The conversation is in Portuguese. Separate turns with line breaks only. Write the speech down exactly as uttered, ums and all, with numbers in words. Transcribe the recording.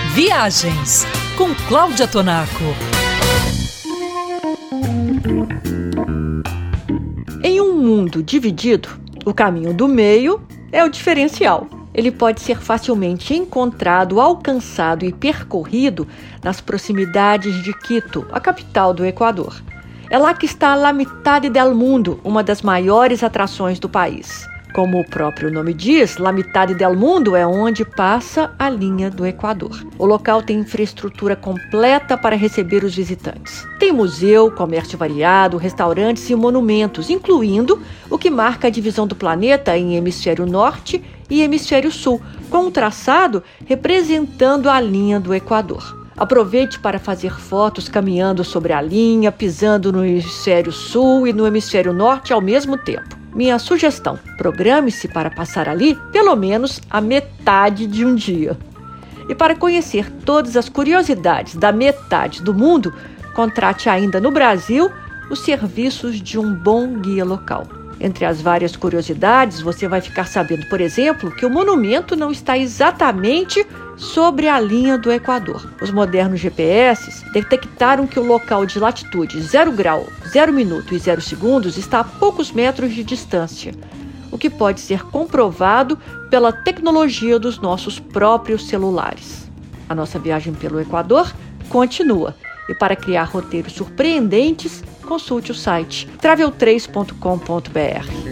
Viagens com Cláudia Tonaco.
Em um mundo dividido, o caminho do meio é o diferencial. Ele pode ser facilmente encontrado, alcançado e percorrido nas proximidades de Quito, a capital do Equador. É lá que está a La Mitad del Mundo, uma das maiores atrações do país. Como o próprio nome diz, La Mitad del Mundo é onde passa a linha do Equador. O local tem infraestrutura completa para receber os visitantes. Tem museu, comércio variado, restaurantes e monumentos, incluindo o que marca a divisão do planeta em hemisfério norte e hemisfério sul, com um traçado representando a linha do Equador. Aproveite para fazer fotos caminhando sobre a linha, pisando no hemisfério sul e no hemisfério norte ao mesmo tempo. Minha sugestão: programe-se para passar ali pelo menos a metade de um dia. E para conhecer todas as curiosidades da metade do mundo, contrate ainda no Brasil os serviços de um bom guia local. Entre as várias curiosidades, você vai ficar sabendo, por exemplo, que o monumento não está exatamente sobre a linha do Equador. Os modernos G P S detectaram que o local de latitude zero grau, zero minuto e zero segundos está a poucos metros de distância, o que pode ser comprovado pela tecnologia dos nossos próprios celulares. A nossa viagem pelo Equador continua. E para criar roteiros surpreendentes, consulte o site travel três ponto com ponto b r.